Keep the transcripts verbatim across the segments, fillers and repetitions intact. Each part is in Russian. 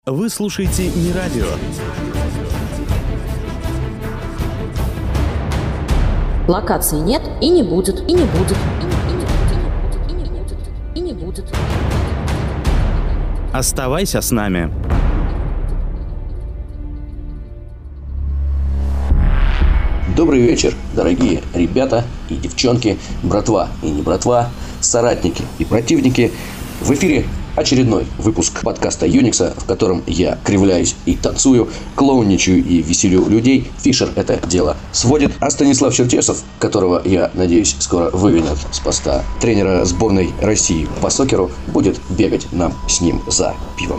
Вы слушаете не радио. Локации нет и не будет, и не будет, и не, и не, и не будет, и не будет. Оставайся с нами. Добрый вечер, дорогие ребята и девчонки, братва и не братва, соратники и противники. В эфире очередной выпуск подкаста Юникса, в котором я кривляюсь и танцую, клоунничаю и веселю людей. Фишер это дело сводит. А Станислав Чертесов, которого, я надеюсь, скоро выведут с поста тренера сборной России по сокеру, будет бегать нам с ним за пивом.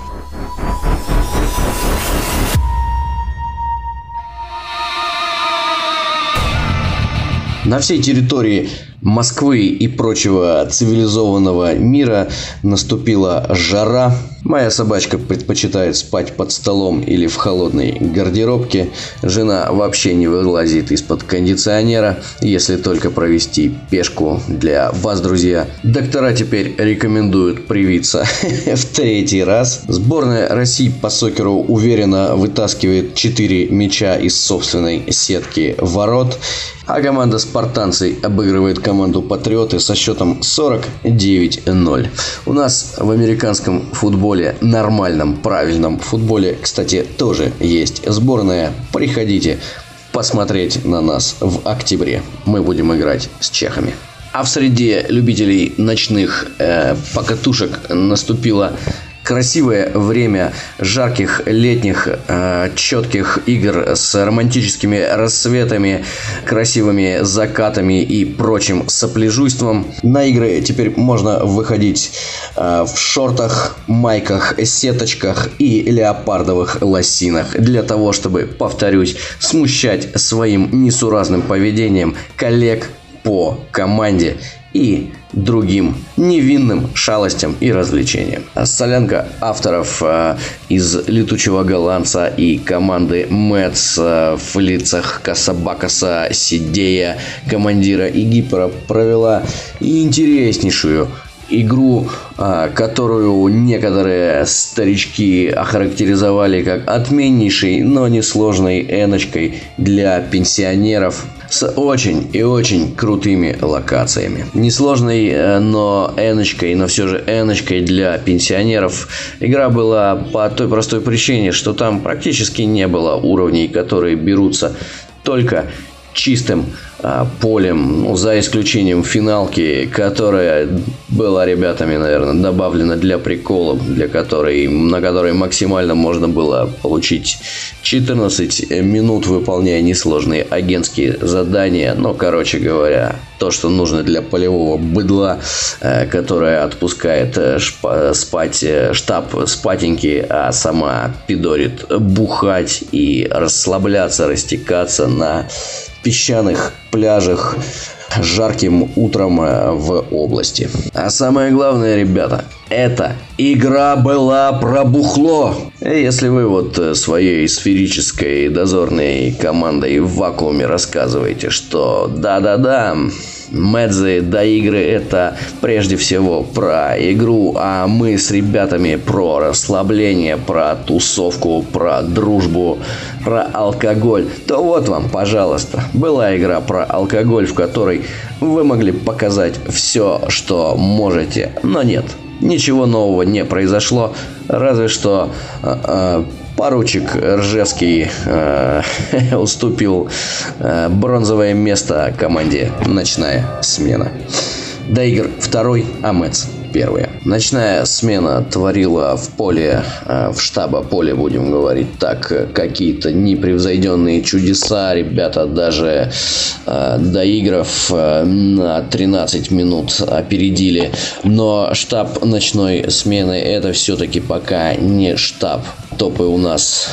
На всей территории Москвы и прочего цивилизованного мира наступила жара. Моя собачка предпочитает спать под столом или в холодной гардеробке. Жена вообще не вылазит из-под кондиционера, если только провести пешку. Для вас, друзья, доктора теперь рекомендуют привиться в третий раз. Сборная России по сокеру уверенно вытаскивает четыре мяча из собственной сетки ворот. А команда «Спартанцы» обыгрывает команду «Патриоты» со счетом сорок девять ноль. У нас в американском футболе, нормальном, правильном футболе, кстати, тоже есть сборная. Приходите посмотреть на нас в октябре. Мы будем играть с чехами. А в среде любителей ночных э, покатушек наступило красивое время жарких летних э, четких игр с романтическими рассветами, красивыми закатами и прочим сопляжуйством. На игры теперь можно выходить э, в шортах, майках, сеточках и леопардовых лосинах для того, чтобы, повторюсь, смущать своим несуразным поведением коллег по команде и другим невинным шалостям и развлечениям. Солянка авторов э, из «Летучего голландца» и команды Мэтс э, в лицах Касабакаса, Сидея, командира и Гипера провела интереснейшую игру, которую некоторые старички охарактеризовали как отменнейшей, но несложной эночкой для пенсионеров с очень и очень крутыми локациями. Несложной, но эночкой, но все же эночкой для пенсионеров. Игра была по той простой причине, что там практически не было уровней, которые берутся только чистым а, полем, ну, за исключением финалки, которая была ребятами, наверное, добавлена для прикола, для которой, на которой максимально можно было получить четырнадцать минут, выполняя несложные агентские задания. Но, короче говоря, то, что нужно для полевого быдла, э, которое отпускает э, шпа, спать э, штаб спатеньки, а сама пидорит бухать и расслабляться, растекаться на песчаных пляжах жарким утром в области. А самое главное, ребята, эта игра была про бухло. Если вы вот своей сферической дозорной командой в вакууме рассказываете, что да-да-да, Медзы до игры это прежде всего про игру, а мы с ребятами про расслабление, про тусовку, про дружбу, про алкоголь, то вот вам, пожалуйста, была игра про алкоголь, в которой вы могли показать все, что можете, но нет. Ничего нового не произошло, разве что э, э, поручик Ржевский э, уступил э, бронзовое место команде «Ночная смена». До игр второй, а Мэтс первая. Ночная смена творила в поле, в штаба поле, будем говорить так, какие-то непревзойденные чудеса. Ребята даже э, доиграв э, на тринадцать минут опередили. Но штаб ночной смены это все-таки пока не штаб. Топы у нас,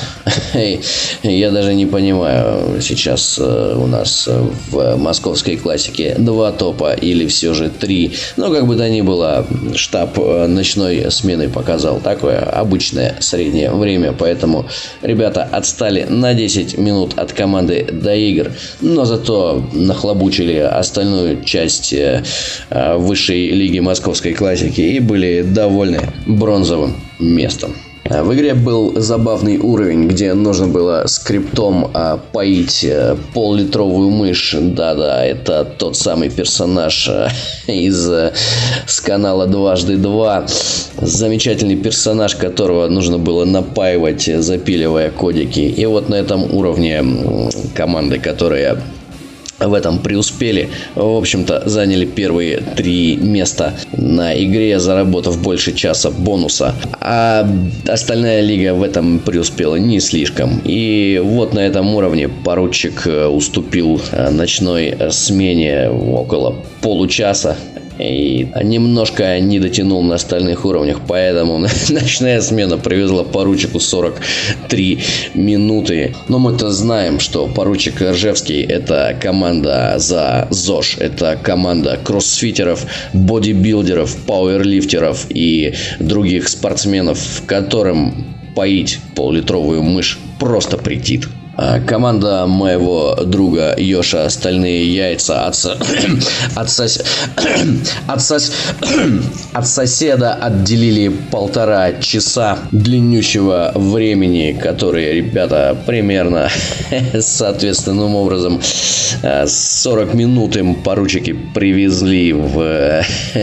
я даже не понимаю, сейчас у нас в московской классике два топа или все же три. Но как бы то ни было, штаб ночной смены показал такое обычное среднее время, поэтому ребята отстали на десять минут от команды до игр, но зато нахлобучили остальную часть высшей лиги московской классики и были довольны бронзовым местом. В игре был забавный уровень, где нужно было скриптом а, поить а, пол-литровую мышь. Да-да, это тот самый персонаж а, из а, с канала Дважды Два. Замечательный персонаж, которого нужно было напаивать, запиливая кодики. И вот на этом уровне команды, которые в этом преуспели, в общем-то, заняли первые три места на игре, заработав больше часа бонуса. А остальная лига в этом преуспела не слишком. И вот на этом уровне поручик уступил ночной смене около получаса. И немножко не дотянул на остальных уровнях, поэтому ночная смена привезла поручику сорок три минуты. Но мы-то знаем, что поручик Ржевский — это команда за ЗОЖ, это команда кроссфитеров, бодибилдеров, пауэрлифтеров и других спортсменов, которым поить пол-литровую мышь просто претит. Команда моего друга Йоша «Стальные яйца» от, со... от, сос... от, сос... от соседа отделили полтора часа длиннющего времени, которые ребята примерно соответственным образом сорок минут им поручики привезли в,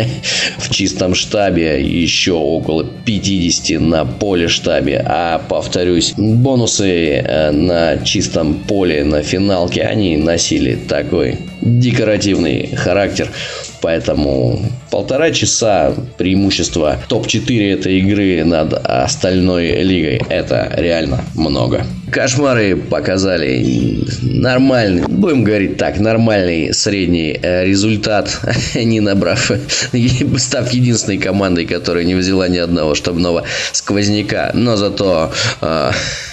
в чистом штабе, еще около пятидесяти на поле штабе. А повторюсь, бонусы на чистом поле на финалке, они носили такой декоративный характер. Поэтому полтора часа преимущества топ четыре этой игры над остальной лигой — это реально много. Кошмары показали нормальный, будем говорить так, нормальный средний результат, не набрав, став единственной командой, которая не взяла ни одного штабного сквозняка, но зато э,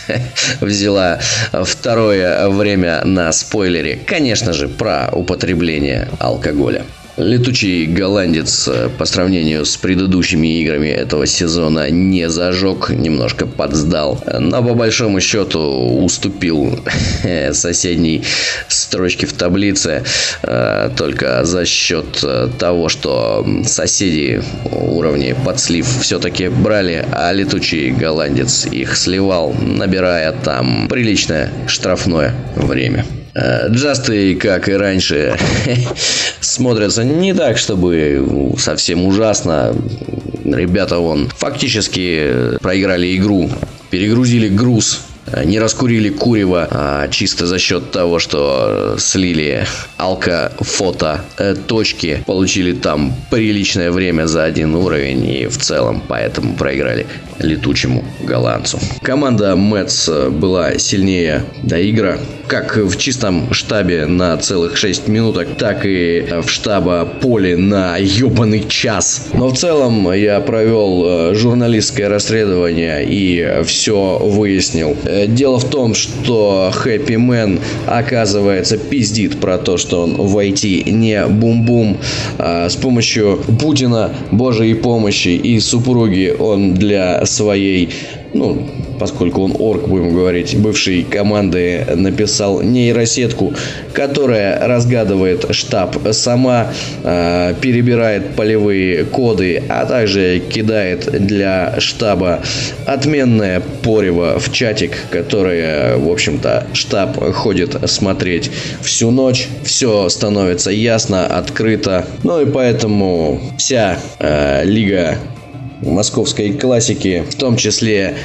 взяла второе время на спойлере, конечно же, про употребление алкоголя. Летучий голландец по сравнению с предыдущими играми этого сезона не зажег, немножко подсдал, но по большому счету уступил соседней строчке в таблице только за счет того, что соседи уровни под слив все-таки брали, а летучий голландец их сливал, набирая там приличное штрафное время. Джасты, как и раньше, смотрятся не так, чтобы совсем ужасно. Ребята вон фактически проиграли игру, перегрузили груз, не раскурили курево, а чисто за счет того, что слили алко-фото точки, получили там приличное время за один уровень и в целом поэтому проиграли летучему голландцу. Команда Мэтс была сильнее до игры, как в чистом штабе на целых шесть минуток, так и в штаба поле на ебаный час. Но в целом я провел журналистское расследование и все выяснил. Дело в том, что Хэппи Мэн, оказывается, пиздит про то, что он в ай ти не бум-бум. А с помощью Путина, Божьей помощи и супруги он для своей, ну, поскольку он орк, будем говорить, бывшей команды, написал нейросетку, которая разгадывает штаб сама, э, перебирает полевые коды, а также кидает для штаба отменное порево в чатик, которое, в общем-то, штаб ходит смотреть всю ночь. Все становится ясно, открыто. Ну и поэтому вся э, лига московской классики, в том числе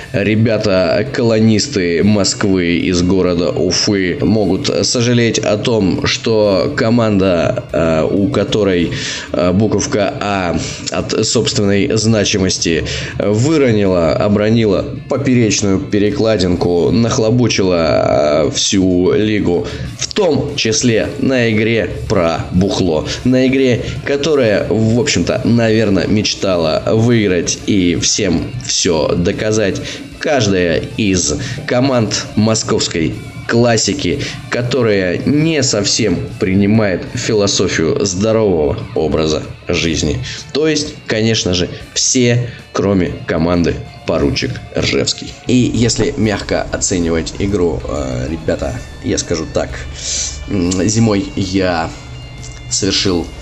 ребята-колонисты Москвы из города Уфы, могут сожалеть о том, что команда, у которой буковка А от собственной значимости выронила, обронила поперечную перекладинку, нахлобучила всю лигу, в том числе на игре про бухло, на игре, которая, в общем-то, наверное, мечтала выиграть и всем все доказать. Каждая из команд московской классики, которая не совсем принимает философию здорового образа жизни. То есть, конечно же, все, кроме команды поручик Ржевский. И если мягко оценивать игру, ребята, я скажу так. Зимой я совершил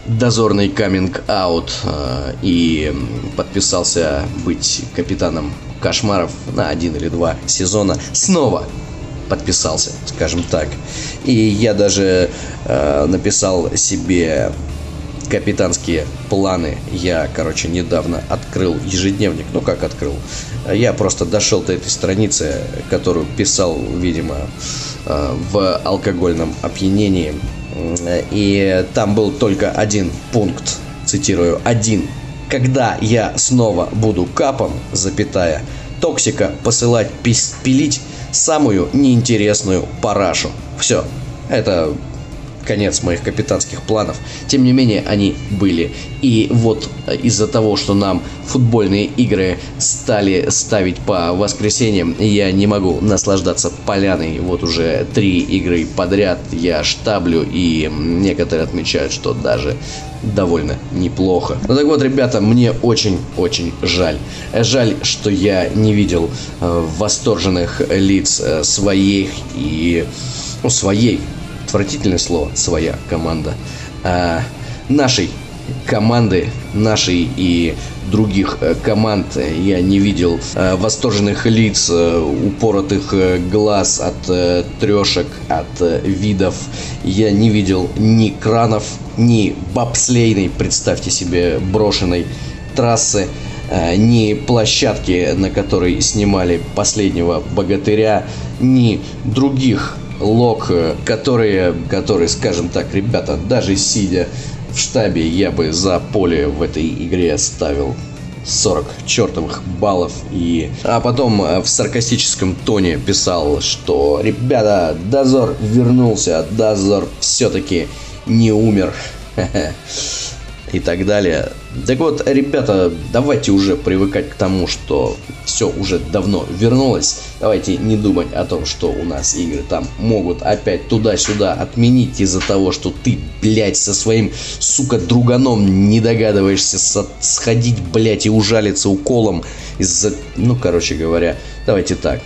дозорный каминг-аут и подписался быть капитаном кошмаров на один или два сезона. Снова подписался, скажем так. И я даже э, написал себе капитанские планы. Я, короче, недавно открыл ежедневник. Ну, как открыл? Я просто дошел до этой страницы, которую писал, видимо, э, в алкогольном опьянении. И там был только один пункт, цитирую, один. Когда я снова буду капом, запятая, токсика посылать пилить самую неинтересную парашу. Все, это конец моих капитанских планов. Тем не менее, они были. И вот из-за того, что нам футбольные игры стали ставить по воскресеньям, я не могу наслаждаться поляной. Вот уже три игры подряд я штаблю, и некоторые отмечают, что даже довольно неплохо. Ну так вот, ребята, мне очень-очень жаль. Жаль, что я не видел э, восторженных лиц э, своих и... Ну, своей. Отвратительное слово, своя команда. А, нашей команды, нашей и других э, команд я не видел э, восторженных лиц, э, упоротых э, глаз от э, трешек, от э, видов. Я не видел ни кранов, ни бобслейной, представьте себе, брошенной трассы, э, ни площадки, на которой снимали последнего богатыря, ни других лог, которые, которые, скажем так, ребята, даже сидя в штабе, я бы за поле в этой игре ставил сорок чертовых баллов. И... А потом в саркастическом тоне писал, что ребята, дозор вернулся, дозор все-таки не умер. И так далее. Так вот, ребята, давайте уже привыкать к тому, что все уже давно вернулось. Давайте не думать о том, что у нас игры там могут опять туда-сюда отменить из-за того, что ты, блядь, со своим, сука, друганом не догадываешься со- сходить, блядь, и ужалиться уколом из-за... Ну, короче говоря, давайте так.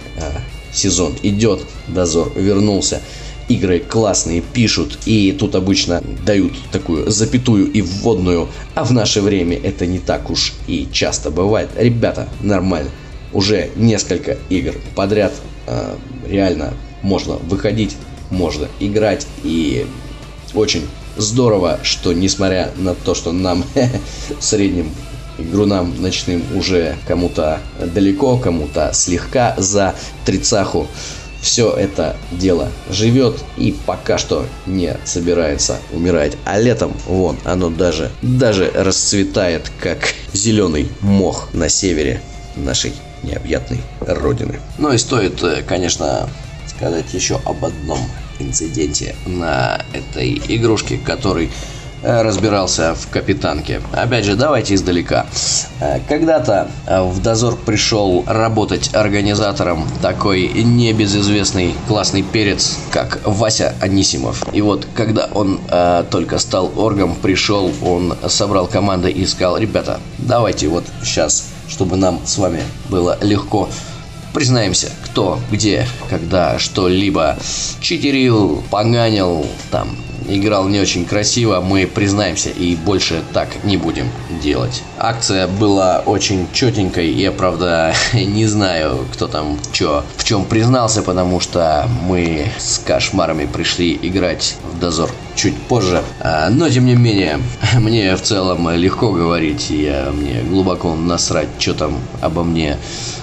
Сезон идет, дозор вернулся. Игры классные пишут, и тут обычно дают такую запятую и вводную, а в наше время это не так уж и часто бывает. Ребята, нормально, уже несколько игр подряд, э, реально можно выходить, можно играть, и очень здорово, что несмотря на то, что нам в среднем игрунам ночным уже кому-то далеко, кому-то слегка за тридцаху, все это дело живет и пока что не собирается умирать. А летом, вон, оно даже, даже расцветает, как зеленый мох на севере нашей необъятной родины. Ну и стоит, конечно, сказать еще об одном инциденте на этой игрушке, который разбирался в капитанке. Опять же, давайте издалека. Когда-то в дозор пришел работать организатором такой небезызвестный классный перец, как Вася Анисимов. И вот, когда он э, только стал оргом, пришел, он собрал команду и сказал: ребята, давайте вот сейчас, чтобы нам с вами было легко, признаемся, кто, где, когда что-либо читерил, поганил, там, играл не очень красиво, мы признаемся и больше так не будем делать. Акция была очень четенькой. Я, правда, не знаю, кто там чё, в чем признался, потому что мы с кошмарами пришли играть в дозор чуть позже. Но, тем не менее, мне в целом легко говорить. Я, мне глубоко насрать, что там обо мне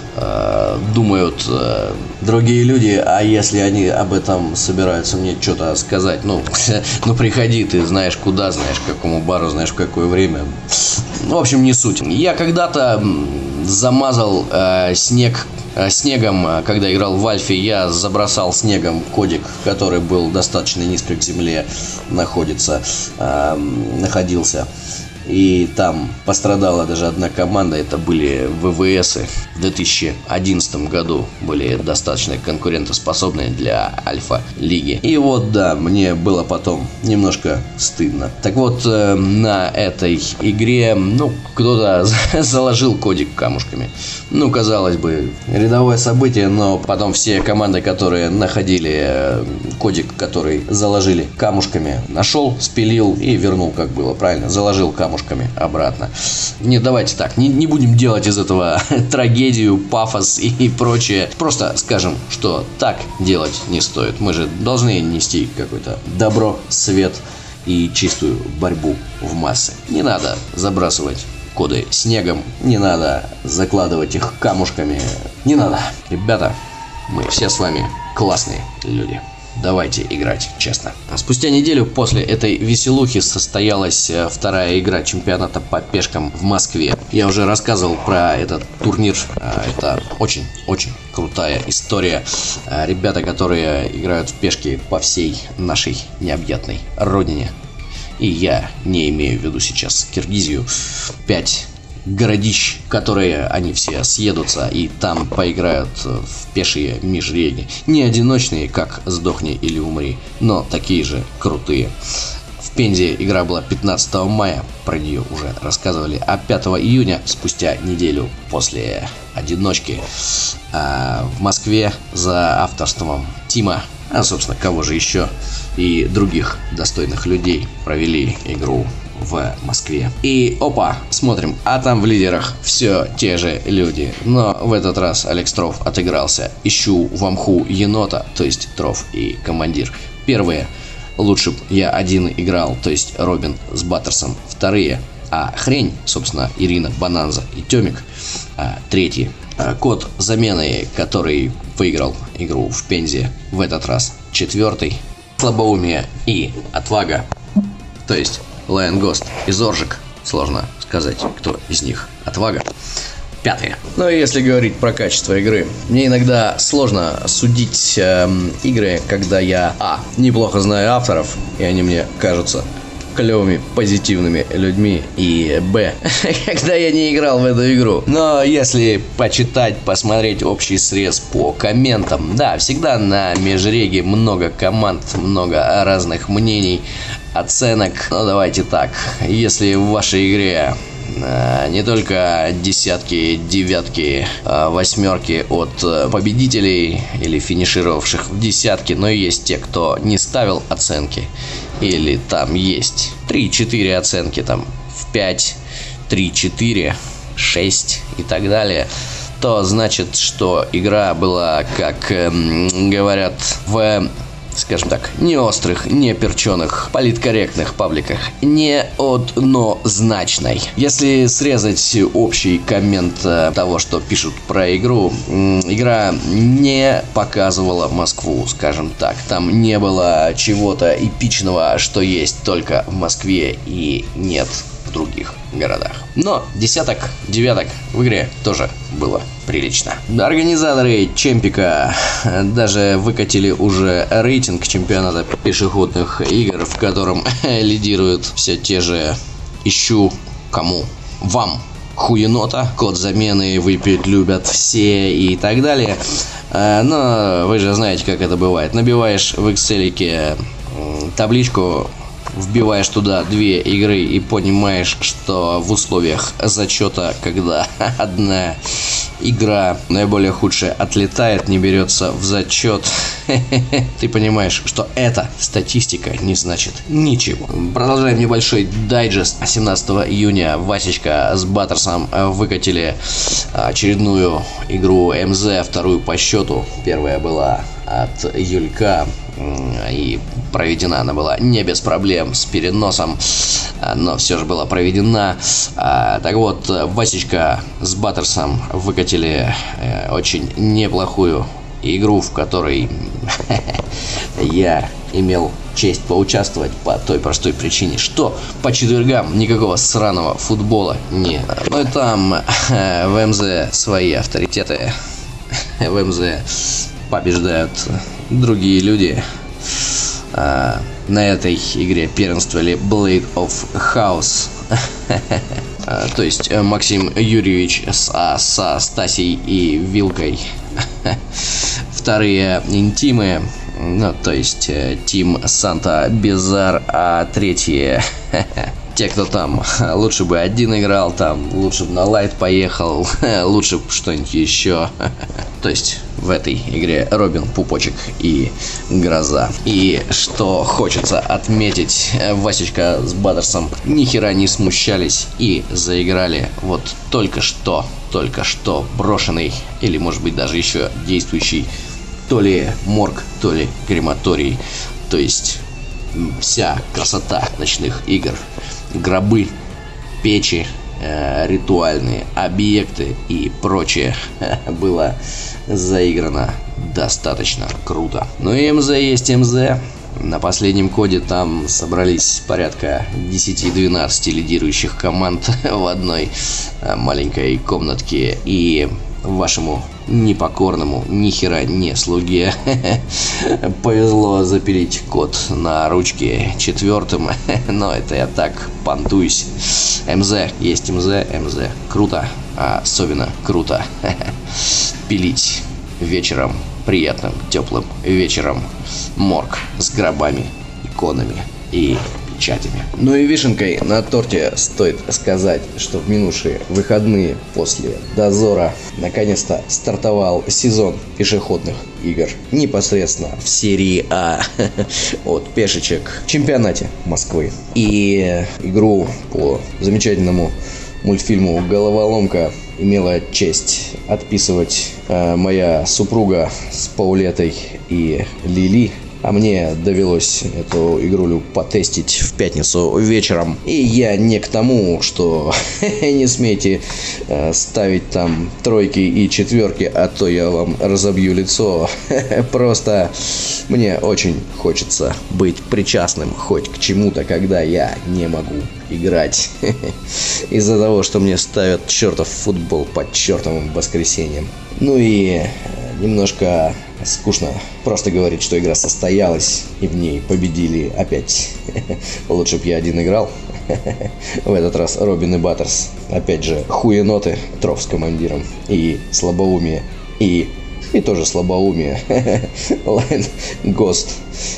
думают э, другие люди, а если они об этом собираются мне что-то сказать, ну, ну приходи, ты знаешь куда, знаешь к какому бару, знаешь в какое время. В общем, не суть. Я когда-то замазал э, снег э, снегом, когда играл в Альфе, я забросал снегом кодик, который был достаточно низко к земле находится, э, находился. и там пострадала даже одна команда, это были ВВСы. В две тысячи одиннадцатом году были достаточно конкурентоспособные для Альфа-лиги. И вот да, мне было потом немножко стыдно. Так вот, э, на этой игре, ну, кто-то заложил кодик камушками. Ну, казалось бы, рядовое событие, но потом все команды, которые находили кодик, который заложили камушками, нашел, спилил и вернул, как было, правильно, заложил камушками обратно. Не, давайте так, не, не будем делать из этого трагедию, пафос и, и прочее. Просто скажем, что так делать не стоит. Мы же должны нести какое-то добро, свет и чистую борьбу в массы. Не надо забрасывать коды снегом, не надо закладывать их камушками, не надо. Ребята, мы все с вами классные люди. Давайте играть честно. Спустя неделю после этой веселухи состоялась вторая игра чемпионата по пешкам в Москве. Я уже рассказывал про этот турнир. Это очень-очень крутая история. Ребята, которые играют в пешки по всей нашей необъятной родине. И я не имею в виду сейчас Киргизию. Пять городищ, которые они все съедутся и там поиграют в пешие межреги. Не одиночные, как «Сдохни или умри», но такие же крутые. В Пензе игра была пятнадцатого мая, про нее уже рассказывали, а пятого июня, спустя неделю после одиночки, в Москве за авторством Тима, а собственно кого же еще, и других достойных людей провели игру в Москве. И опа, смотрим, а там в лидерах все те же люди. Но в этот раз Алекс Троф отыгрался. Ищу в амху енота, то есть Троф и командир. Первые, лучше б я один играл, то есть Робин с Баттерсом. Вторые, а хрень, собственно, Ирина, Бананза и Тёмик. А, третий, а, кот замены, который выиграл игру в Пензе в этот раз. Четвертый, слабоумие и отвага, то есть Лайон Гост и Зоржик. Сложно сказать, кто из них отвага. Пятое. Ну и если говорить про качество игры, мне иногда сложно судить э, игры, когда я а. неплохо знаю авторов, и они мне кажутся клевыми, позитивными людьми, и б. когда я не играл в эту игру. Но если почитать, посмотреть общий срез по комментам, да, всегда на межреге много команд, много разных мнений, оценок. Но давайте так, если в вашей игре э, не только десятки, девятки, э, восьмерки от победителей или финишировавших в десятки, но и есть те, кто не ставил оценки, или там есть три-четыре оценки, там в пять, три-четыре, шесть и так далее, то значит, что игра была, как э, говорят в, скажем так, не острых, не перченых, политкорректных пабликах, неоднозначной. Если срезать общий коммент того, что пишут про игру, игра не показывала Москву, скажем так. Там не было чего-то эпичного, что есть только в Москве и нет в других городах. Но десяток, девяток в игре тоже было прилично. Организаторы Чемпика даже выкатили уже рейтинг чемпионата пешеходных игр, в котором лидируют все те же «Ищу кому? Вам хуенота», «Код замены», «Выпить любят все» и так далее. Но вы же знаете, как это бывает. Набиваешь в Excel табличку, вбиваешь туда две игры и понимаешь, что в условиях зачета, когда одна игра наиболее худшая отлетает, не берется в зачет, ты понимаешь, что эта статистика не значит ничего. Продолжаем небольшой дайджест. семнадцатого июня Васечка с Баттерсом выкатили очередную игру эм зэ, вторую по счету. Первая была от Юлька, и проведена она была не без проблем с переносом, но все же была проведена. Так вот, Васечка с Баттерсом выкатили очень неплохую игру, в которой я имел честь поучаствовать по той простой причине, что по четвергам никакого сраного футбола нет. Ну и там в эм зэ свои авторитеты, в эм зэ побеждают другие люди. А, на этой игре первенствовали Blade of Chaos То есть Максим Юрьевич со, со Стасей и Вилкой. Вторые интимы, ну, то есть Тим Санта Бизар, а третьи те, кто там лучше бы один играл, там лучше бы на лайт поехал, лучше бы что-нибудь еще. То есть в этой игре Робин, Пупочек и Гроза. И что хочется отметить, Васечка с Баттерсом ни хера не смущались и заиграли вот только что, только что брошенный, или может быть даже еще действующий, то ли морг, то ли крематорий. То есть вся красота ночных игр. Гробы, печи, э, ритуальные объекты и прочее было заиграно достаточно круто. Ну и МЗ есть МЗ. На последнем коде там собрались порядка десять-двенадцать лидирующих команд в одной маленькой комнатке. И вашему непокорному нихера не слуге повезло запилить код на ручке четвертым, но это я так понтуюсь. МЗ есть МЗ, МЗ круто, а особенно круто пилить вечером, приятным теплым вечером морг с гробами, иконами и печатями. Ну и вишенкой на торте стоит сказать, что в минувшие выходные после Дозора наконец-то стартовал сезон пешеходных игр непосредственно в серии А от пешечек в чемпионате Москвы. И игру по замечательному мультфильму «Головоломка» имела честь отписывать э, моя супруга с Паулетой и Лили. А мне довелось эту игрулю потестить в пятницу вечером. И я не к тому, что не смейте э, ставить там тройки и четверки, а то я вам разобью лицо. Просто мне очень хочется быть причастным хоть к чему-то, когда я не могу играть. Из-за того, что мне ставят чертов футбол под чертовым воскресеньем. Ну и немножко скучно просто говорить, что игра состоялась и в ней победили опять. Лучше б я один играл. В этот раз Робин и Баттерс. Опять же хуеноты, троф с командиром. И слабоумие. И, и тоже слабоумие. Лайн, Гост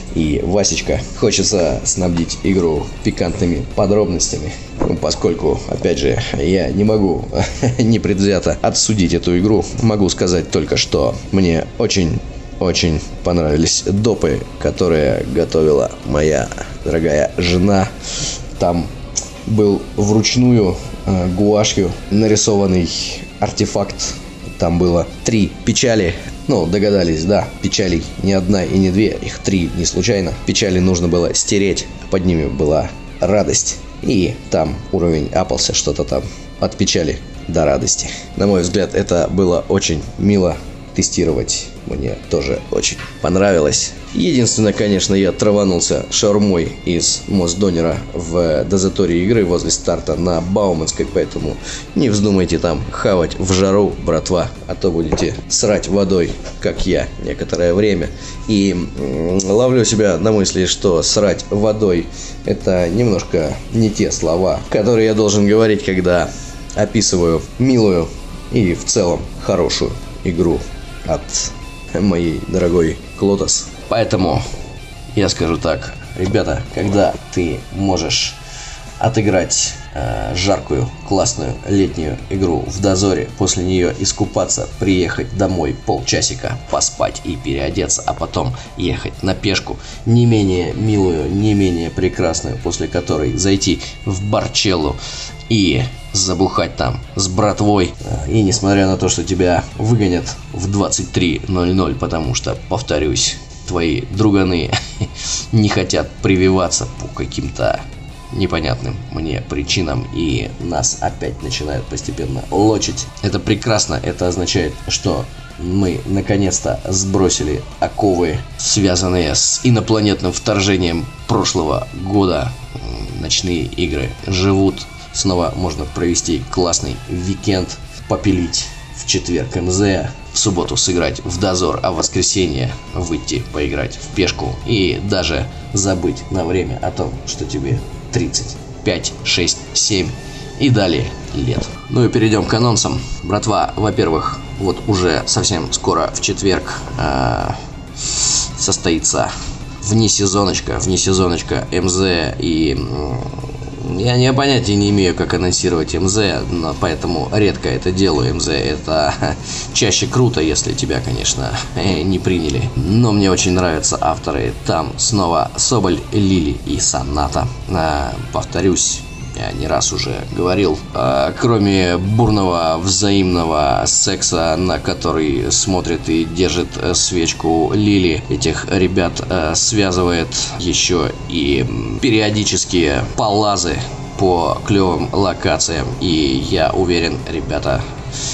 и Васечка. Хочется снабдить игру пикантными подробностями. Поскольку, опять же, я не могу непредвзято отсудить эту игру, могу сказать только, что мне очень-очень понравились допы, которые готовила моя дорогая жена. Там был вручную э, гуашью нарисованный артефакт. Там было три печали. Ну, догадались, да, печалей не одна и не две, их три не случайно. Печали нужно было стереть, под ними была радость. И там уровень апался что-то там от печали до радости. На мой взгляд, это было очень мило тестировать. Мне тоже очень понравилось. Единственное, конечно, я траванулся шаурмой из Мосдонера в дозаторе игры возле старта на Бауманской, поэтому не вздумайте там хавать в жару, братва, а то будете срать водой, как я, некоторое время. И м- ловлю себя на мысли, что срать водой — это немножко не те слова, которые я должен говорить, когда описываю милую и в целом хорошую игру от моей дорогой Клотос. Поэтому я скажу так, ребята, когда ты можешь отыграть э, жаркую, классную летнюю игру в дозоре, после нее искупаться, приехать домой, полчасика поспать и переодеться, а потом ехать на пешку, не менее милую, не менее прекрасную, после которой зайти в Барчеллу и забухать там с братвой. И несмотря на то, что тебя выгонят в двадцать три ноль ноль, потому что, повторюсь, твои друганы не хотят прививаться по каким-то непонятным мне причинам, и нас опять начинают постепенно лочить. Это прекрасно, это означает, что мы наконец-то сбросили оковы, связанные с инопланетным вторжением прошлого года. Ночные игры живут. Снова можно провести классный уикенд, попилить в четверг МЗ, в субботу сыграть в дозор, а в воскресенье выйти поиграть в пешку и даже забыть на время о том, что тебе тридцать пять, шесть, семь и далее лет. Ну и перейдем к анонсам. Братва, во-первых, вот уже совсем скоро в четверг э, состоится внесезоночка, внесезоночка МЗ, и я не понятия не имею, как анонсировать МЗ, но поэтому редко это делаю. МЗ это чаще круто, если тебя, конечно, не приняли. Но мне очень нравятся авторы. Там снова Соболь, Лили и Соната. Повторюсь, я не раз уже говорил, кроме бурного взаимного секса, на который смотрит и держит свечку Лили, этих ребят связывает еще и периодические полазы по клевым локациям. И я уверен, ребята,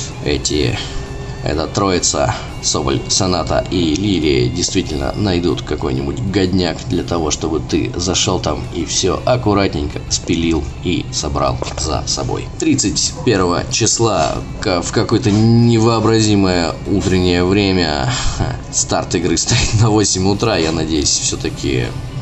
эти... эта троица, Соболь, Соната и Лили, действительно найдут какой-нибудь годняк для того, чтобы ты зашел там и все аккуратненько спилил и собрал за собой. тридцать первого числа в какое-то невообразимое утреннее время, старт игры стоит на восемь утра, я надеюсь, все-таки...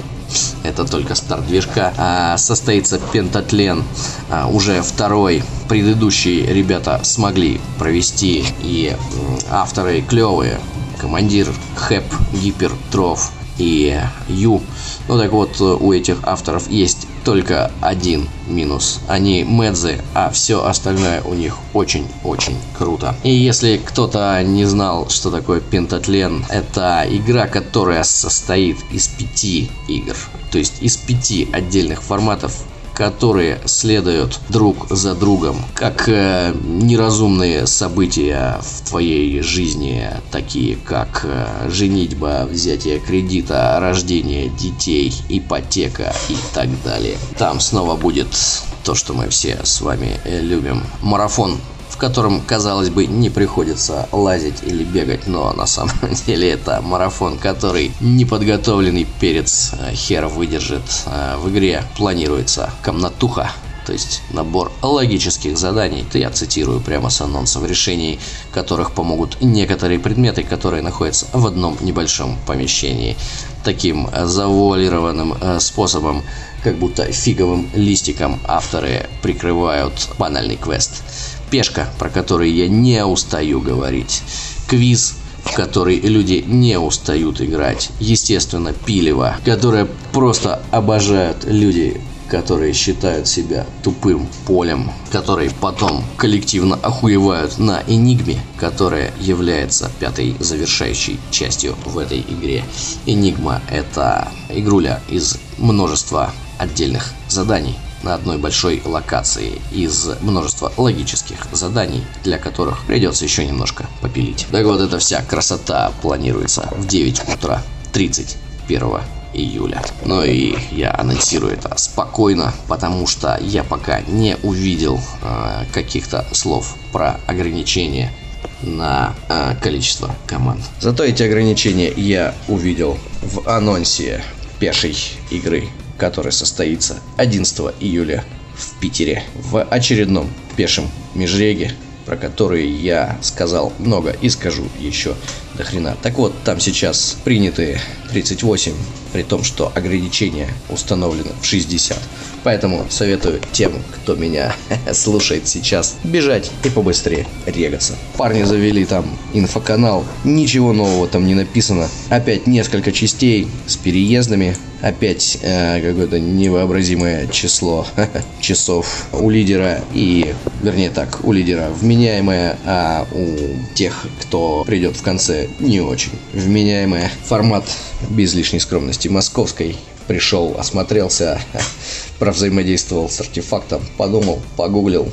это только старт движка. А, состоится пентатлен. А, уже второй. Предыдущие ребята смогли провести. И м, авторы клевые. Командир, Хэп, Гипер, Троф и Ю. Ну так вот, у этих авторов есть только один минус. Они медзы, а все остальное у них очень-очень круто. И если кто-то не знал, что такое пентатлен, это игра, которая состоит из пяти игр. То есть из пяти отдельных форматов, которые следуют друг за другом, как э, неразумные события в твоей жизни, такие как э, женитьба, взятие кредита, рождение детей, ипотека и так далее. Там снова будет то, что мы все с вами любим. Марафон, в котором, казалось бы, не приходится лазить или бегать, но на самом деле это марафон, который неподготовленный перец хер выдержит. В игре планируется комнатуха, то есть набор логических заданий, это я цитирую прямо с анонсом, решений которых помогут некоторые предметы, которые находятся в одном небольшом помещении. Таким завуалированным способом, как будто фиговым листиком, авторы прикрывают банальный квест. Пешка, про который я не устаю говорить. Квиз, в который люди не устают играть. Естественно, пилево, которое просто обожают люди, которые считают себя тупым полем, которые потом коллективно охуевают на Энигме, которая является пятой завершающей частью в этой игре. Энигма — это игруля из множества отдельных заданий на одной большой локации, из множества логических заданий, для которых придется еще немножко попилить. Так вот, эта вся красота планируется в девять утра тридцать первого июля. Ну и я анонсирую это спокойно, потому что я пока не увидел э, каких-то слов про ограничения на э, количество команд. Зато эти ограничения я увидел в анонсе пешей игры, который состоится одиннадцатого июля в Питере, в очередном пешем межреге, про который я сказал много и скажу еще до хрена. Так вот, там сейчас приняты тридцать восемь, при том, что ограничения установлены в шестьдесят. Поэтому советую тем, кто меня слушает сейчас, бежать и побыстрее регаться. Парни завели там инфоканал, ничего нового там не написано. Опять несколько частей с переездами. Опять э, какое-то невообразимое число часов у лидера. И, вернее так, у лидера вменяемое, а у тех, кто придет в конце, не очень вменяемое. Формат без лишней скромности московской. Пришел, осмотрелся, провзаимодействовал с артефактом, подумал, погуглил,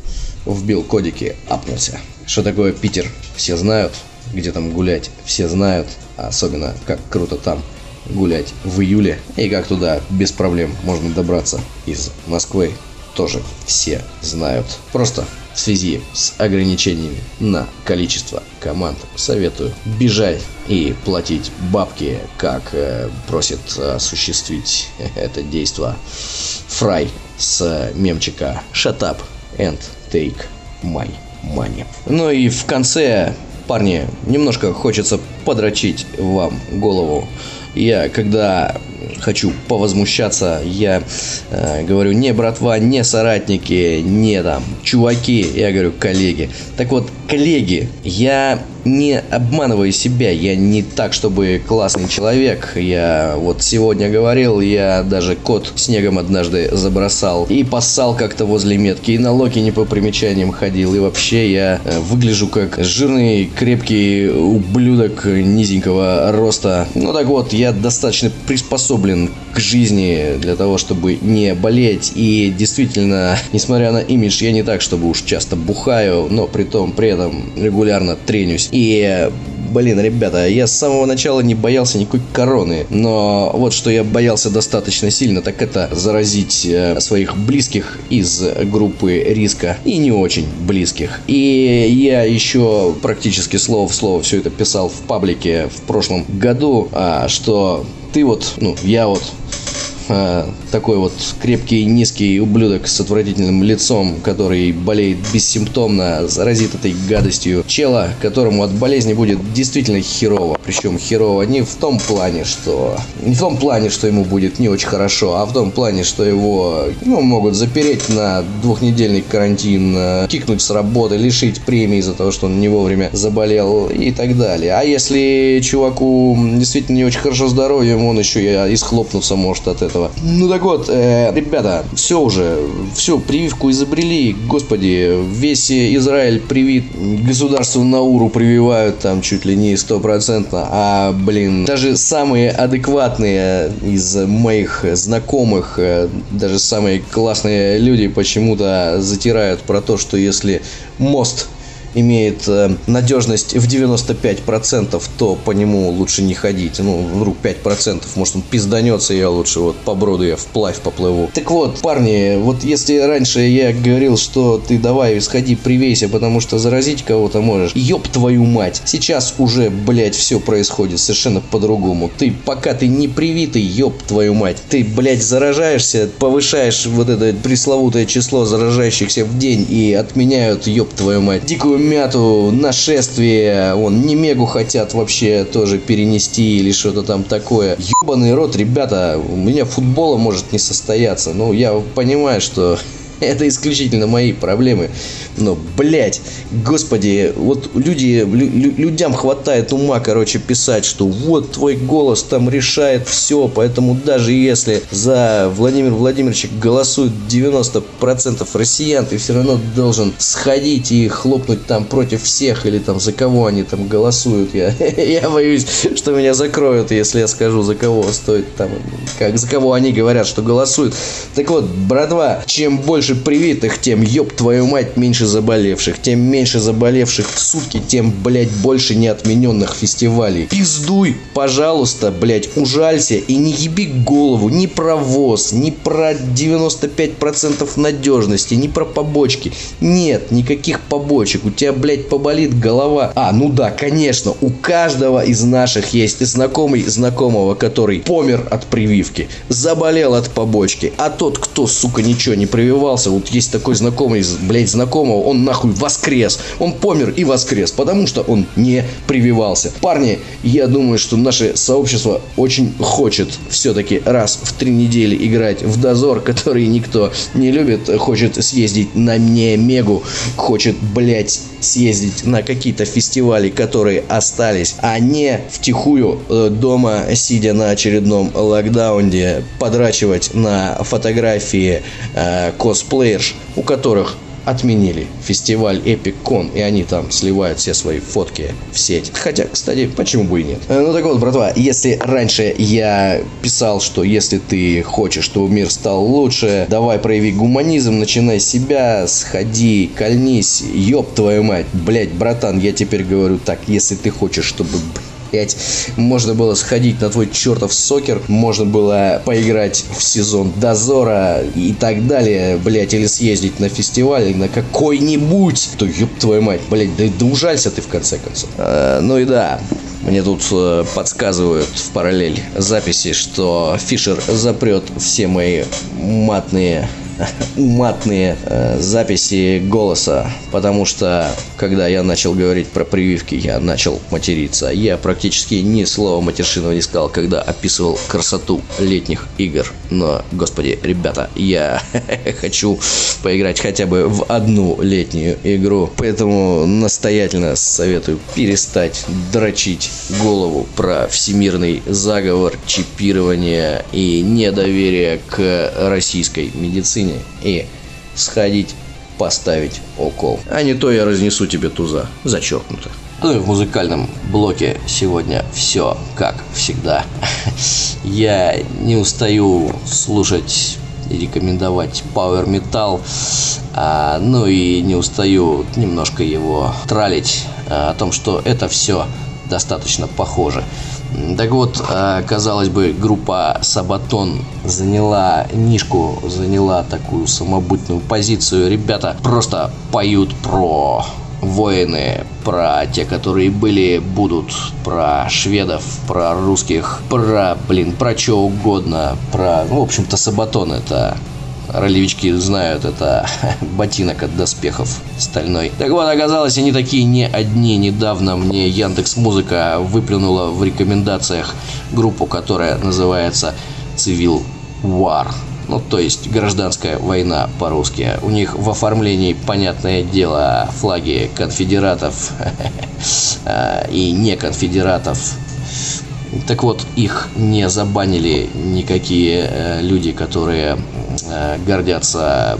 вбил кодики, апнулся. Что такое Питер, все знают, где там гулять, все знают, особенно как круто там гулять в июле, и как туда без проблем можно добраться из Москвы, тоже все знают. Просто в связи с ограничениями на количество команд советую бежать и платить бабки, как э, просит осуществить это действо Фрай с мемчика Shut up and take my money. Ну и в конце, парни, немножко хочется подрочить вам голову. Я, когда хочу повозмущаться. Я э, говорю не братва, не соратники, не там чуваки, я говорю коллеги. Так вот, коллеги, я не обманываю себя, я не так, чтобы классный человек. Я вот сегодня говорил, я даже кот снегом однажды забросал и поссал как-то возле метки, и на локи не по примечаниям ходил, и вообще я выгляжу как жирный, крепкий ублюдок низенького роста. Ну так вот, я достаточно приспособлен к жизни для того, чтобы не болеть, и действительно, несмотря на имидж, я не так, чтобы уж часто бухаю, но при том, при этом регулярно тренюсь. И, блин, ребята, я с самого начала не боялся никакой короны, но вот что я боялся достаточно сильно, так это заразить э, своих близких из группы риска и не очень близких. И я еще практически слово в слово все это писал в паблике в прошлом году, а, что ты вот, ну, я вот... такой вот крепкий, низкий ублюдок с отвратительным лицом, который болеет бессимптомно, заразит этой гадостью чела, которому от болезни будет действительно херово. Причем херово не в том плане, что... Не в том плане, что ему будет не очень хорошо, а в том плане, что его ну, могут запереть на двухнедельный карантин, кикнуть с работы, лишить премии из-за того, что он не вовремя заболел и так далее. А если чуваку действительно не очень хорошо здоровьем, он еще и исхлопнуться может от этого. Ну так вот, э, ребята, все уже, все, прививку изобрели, господи, весь Израиль привит, государству Науру прививают там чуть ли не стопроцентно, а, блин, даже самые адекватные из моих знакомых, даже самые классные люди почему-то затирают про то, что если мост имеет э, надежность в девяносто пять процентов, то по нему лучше не ходить. Ну, вдруг пять процентов, может он пизданется, я лучше вот по броду я вплавь поплыву. Так вот, парни, вот если раньше я говорил, что ты давай сходи привейся, потому что заразить кого-то можешь, ёб твою мать, сейчас уже, блядь, все происходит совершенно по-другому. Ты, пока ты не привитый, ёб твою мать, ты, блядь, заражаешься, повышаешь вот это пресловутое число заражающихся в день и отменяют, ёб твою мать, дикую мяту, нашествие, вон, Немегу хотят вообще тоже перенести или что-то там такое. Ёбаный рот, ребята, у меня футбола может не состояться. Ну, я понимаю, что это исключительно мои проблемы. Но, блядь, господи, вот люди, лю- людям хватает ума, короче, писать, что вот твой голос там решает все, поэтому даже если за Владимира Владимировича голосует девяносто процентов россиян, ты все равно должен сходить и хлопнуть там против всех, или там за кого они там голосуют. Я, я боюсь, что меня закроют, если я скажу, за кого стоит там, как, за кого они говорят, что голосуют. Так вот, братва, чем больше привитых, тем, ёб твою мать, меньше заболевших. Тем меньше заболевших в сутки, тем, блядь, больше неотмененных фестивалей. Пиздуй, пожалуйста, блядь, ужалься и не еби голову ни про ВОЗ, ни про девяносто пять процентов надежности, ни про побочки. Нет, никаких побочек. У тебя, блядь, поболит голова. А, ну да, конечно, у каждого из наших есть знакомый знакомого, который помер от прививки, заболел от побочки. А тот, кто, сука, ничего не прививался, вот есть такой знакомый, блядь, знакомого, он нахуй воскрес. Он помер и воскрес, потому что он не прививался. Парни, я думаю, что наше сообщество очень хочет все-таки раз в три недели играть в дозор, который никто не любит. Хочет съездить на Немегу, хочет, блядь, съездить на какие-то фестивали, которые остались, а не втихую э, дома, сидя на очередном локдауне, подрачивать на фотографии э, косплеерш, у которых отменили фестиваль EpicCon, и они там сливают все свои фотки в сеть. Хотя, кстати, почему бы и нет. Ну так вот, братва, если раньше я писал, что если ты хочешь, чтобы мир стал лучше, давай прояви гуманизм, начинай с себя, сходи, кольнись, ёб твою мать. Блять, братан, я теперь говорю так, если ты хочешь, чтобы... можно было сходить на твой чертов сокер, можно было поиграть в сезон дозора и так далее, блять, или съездить на фестиваль, на какой-нибудь, то ёб твою мать, блять, да, да ужалься ты в конце концов. А, ну и да, мне тут э, подсказывают в параллель записи, что Фишер запрет все мои матные уматные э, записи голоса, потому что, когда я начал говорить про прививки, я начал материться. Я практически ни слова матершинного не сказал, когда описывал красоту летних игр. Но, господи, ребята, я хочу поиграть хотя бы в одну летнюю игру, поэтому настоятельно советую перестать дрочить голову про всемирный заговор, чипирование и недоверие к российской медицине и сходить поставить укол. А не то я разнесу тебе туза. Зачеркнуто. Ну и в музыкальном блоке сегодня все как всегда. Я не устаю слушать и рекомендовать Power Metal, а, ну и не устаю немножко его тралить а, о том, что это все достаточно похоже. Так вот, казалось бы, группа Sabaton заняла нишку, заняла такую самобытную позицию. Ребята просто поют про войны, про те, которые были, будут, про шведов, про русских, про, блин, про что угодно, про, ну, в общем-то, Sabaton — это... Ролевички знают, это ботинок от доспехов стальной. Так вот, оказалось, они такие не одни. Недавно мне Яндекс.Музыка выплюнула в рекомендациях группу, которая называется Civil War. Ну, то есть гражданская война по-русски. У них в оформлении, понятное дело, флаги конфедератов и не конфедератов. Так вот, их не забанили никакие э, люди, которые э, гордятся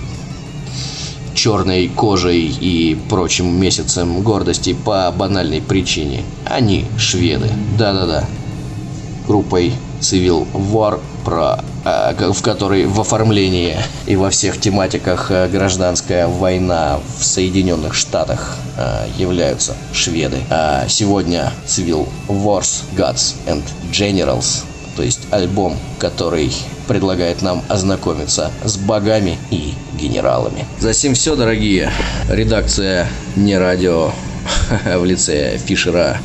черной кожей и прочим месяцем гордости по банальной причине. Они шведы. Да-да-да. Группой Civil War, про, э, в которой в оформлении и во всех тематиках э, гражданская война в Соединенных Штатах э, являются шведы. А сегодня Civil Wars, Gods and Generals, то есть альбом, который предлагает нам ознакомиться с богами и генералами. Засим все, дорогие. Редакция Не Радио в лице Фишера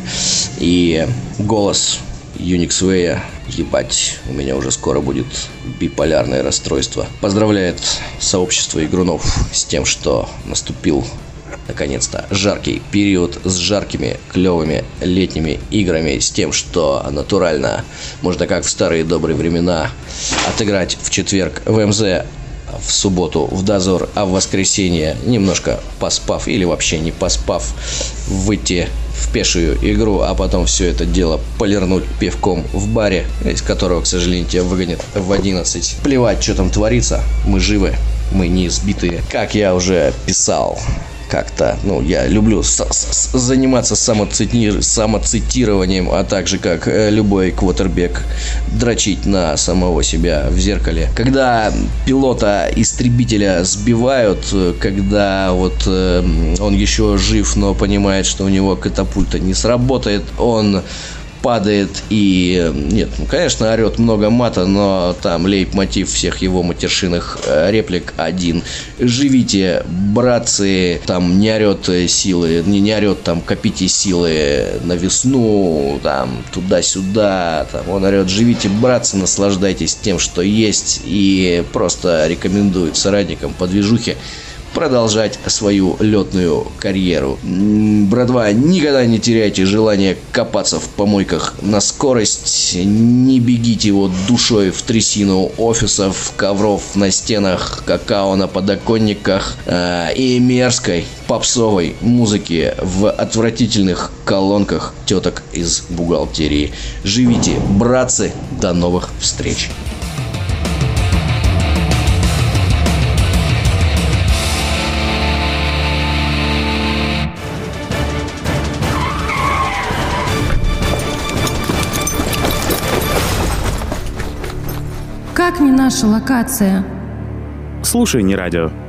и голос Юниксвея. Ебать, у меня уже скоро будет биполярное расстройство. Поздравляет сообщество игрунов с тем, что наступил наконец-то жаркий период с жаркими, клевыми летними играми, с тем, что натурально можно, как в старые добрые времена, отыграть в четверг в МЗ, в субботу в Дозор, а в воскресенье, немножко поспав или вообще не поспав, выйти в пешую игру, а потом все это дело полирнуть пивком в баре, из которого, к сожалению, тебя выгонят в одиннадцать. Плевать, что там творится, мы живы, мы не избитые. Как я уже писал как-то, ну, я люблю с- с- заниматься самоцити- самоцитированием, а также, как э, любой квотербек, дрочить на самого себя в зеркале. Когда пилота истребителя сбивают, когда вот э, он еще жив, но понимает, что у него катапульта не сработает, он падает и, нет, ну, конечно, орет много мата, но там лейб-мотив всех его матершинных э, реплик один: живите, братцы, там не орет силы, не, не орет там копите силы на весну, там туда-сюда, там он орет: живите, братцы, наслаждайтесь тем, что есть, и просто рекомендует соратникам по движухе продолжать свою летную карьеру. Братва, никогда не теряйте желание копаться в помойках на скорость, не бегите вот душой в трясину офисов, ковров на стенах, какао на подоконниках э, и мерзкой попсовой музыки в отвратительных колонках теток из бухгалтерии. Живите, братцы, до новых встреч! Как не наша локация? Слушай, Не Радио.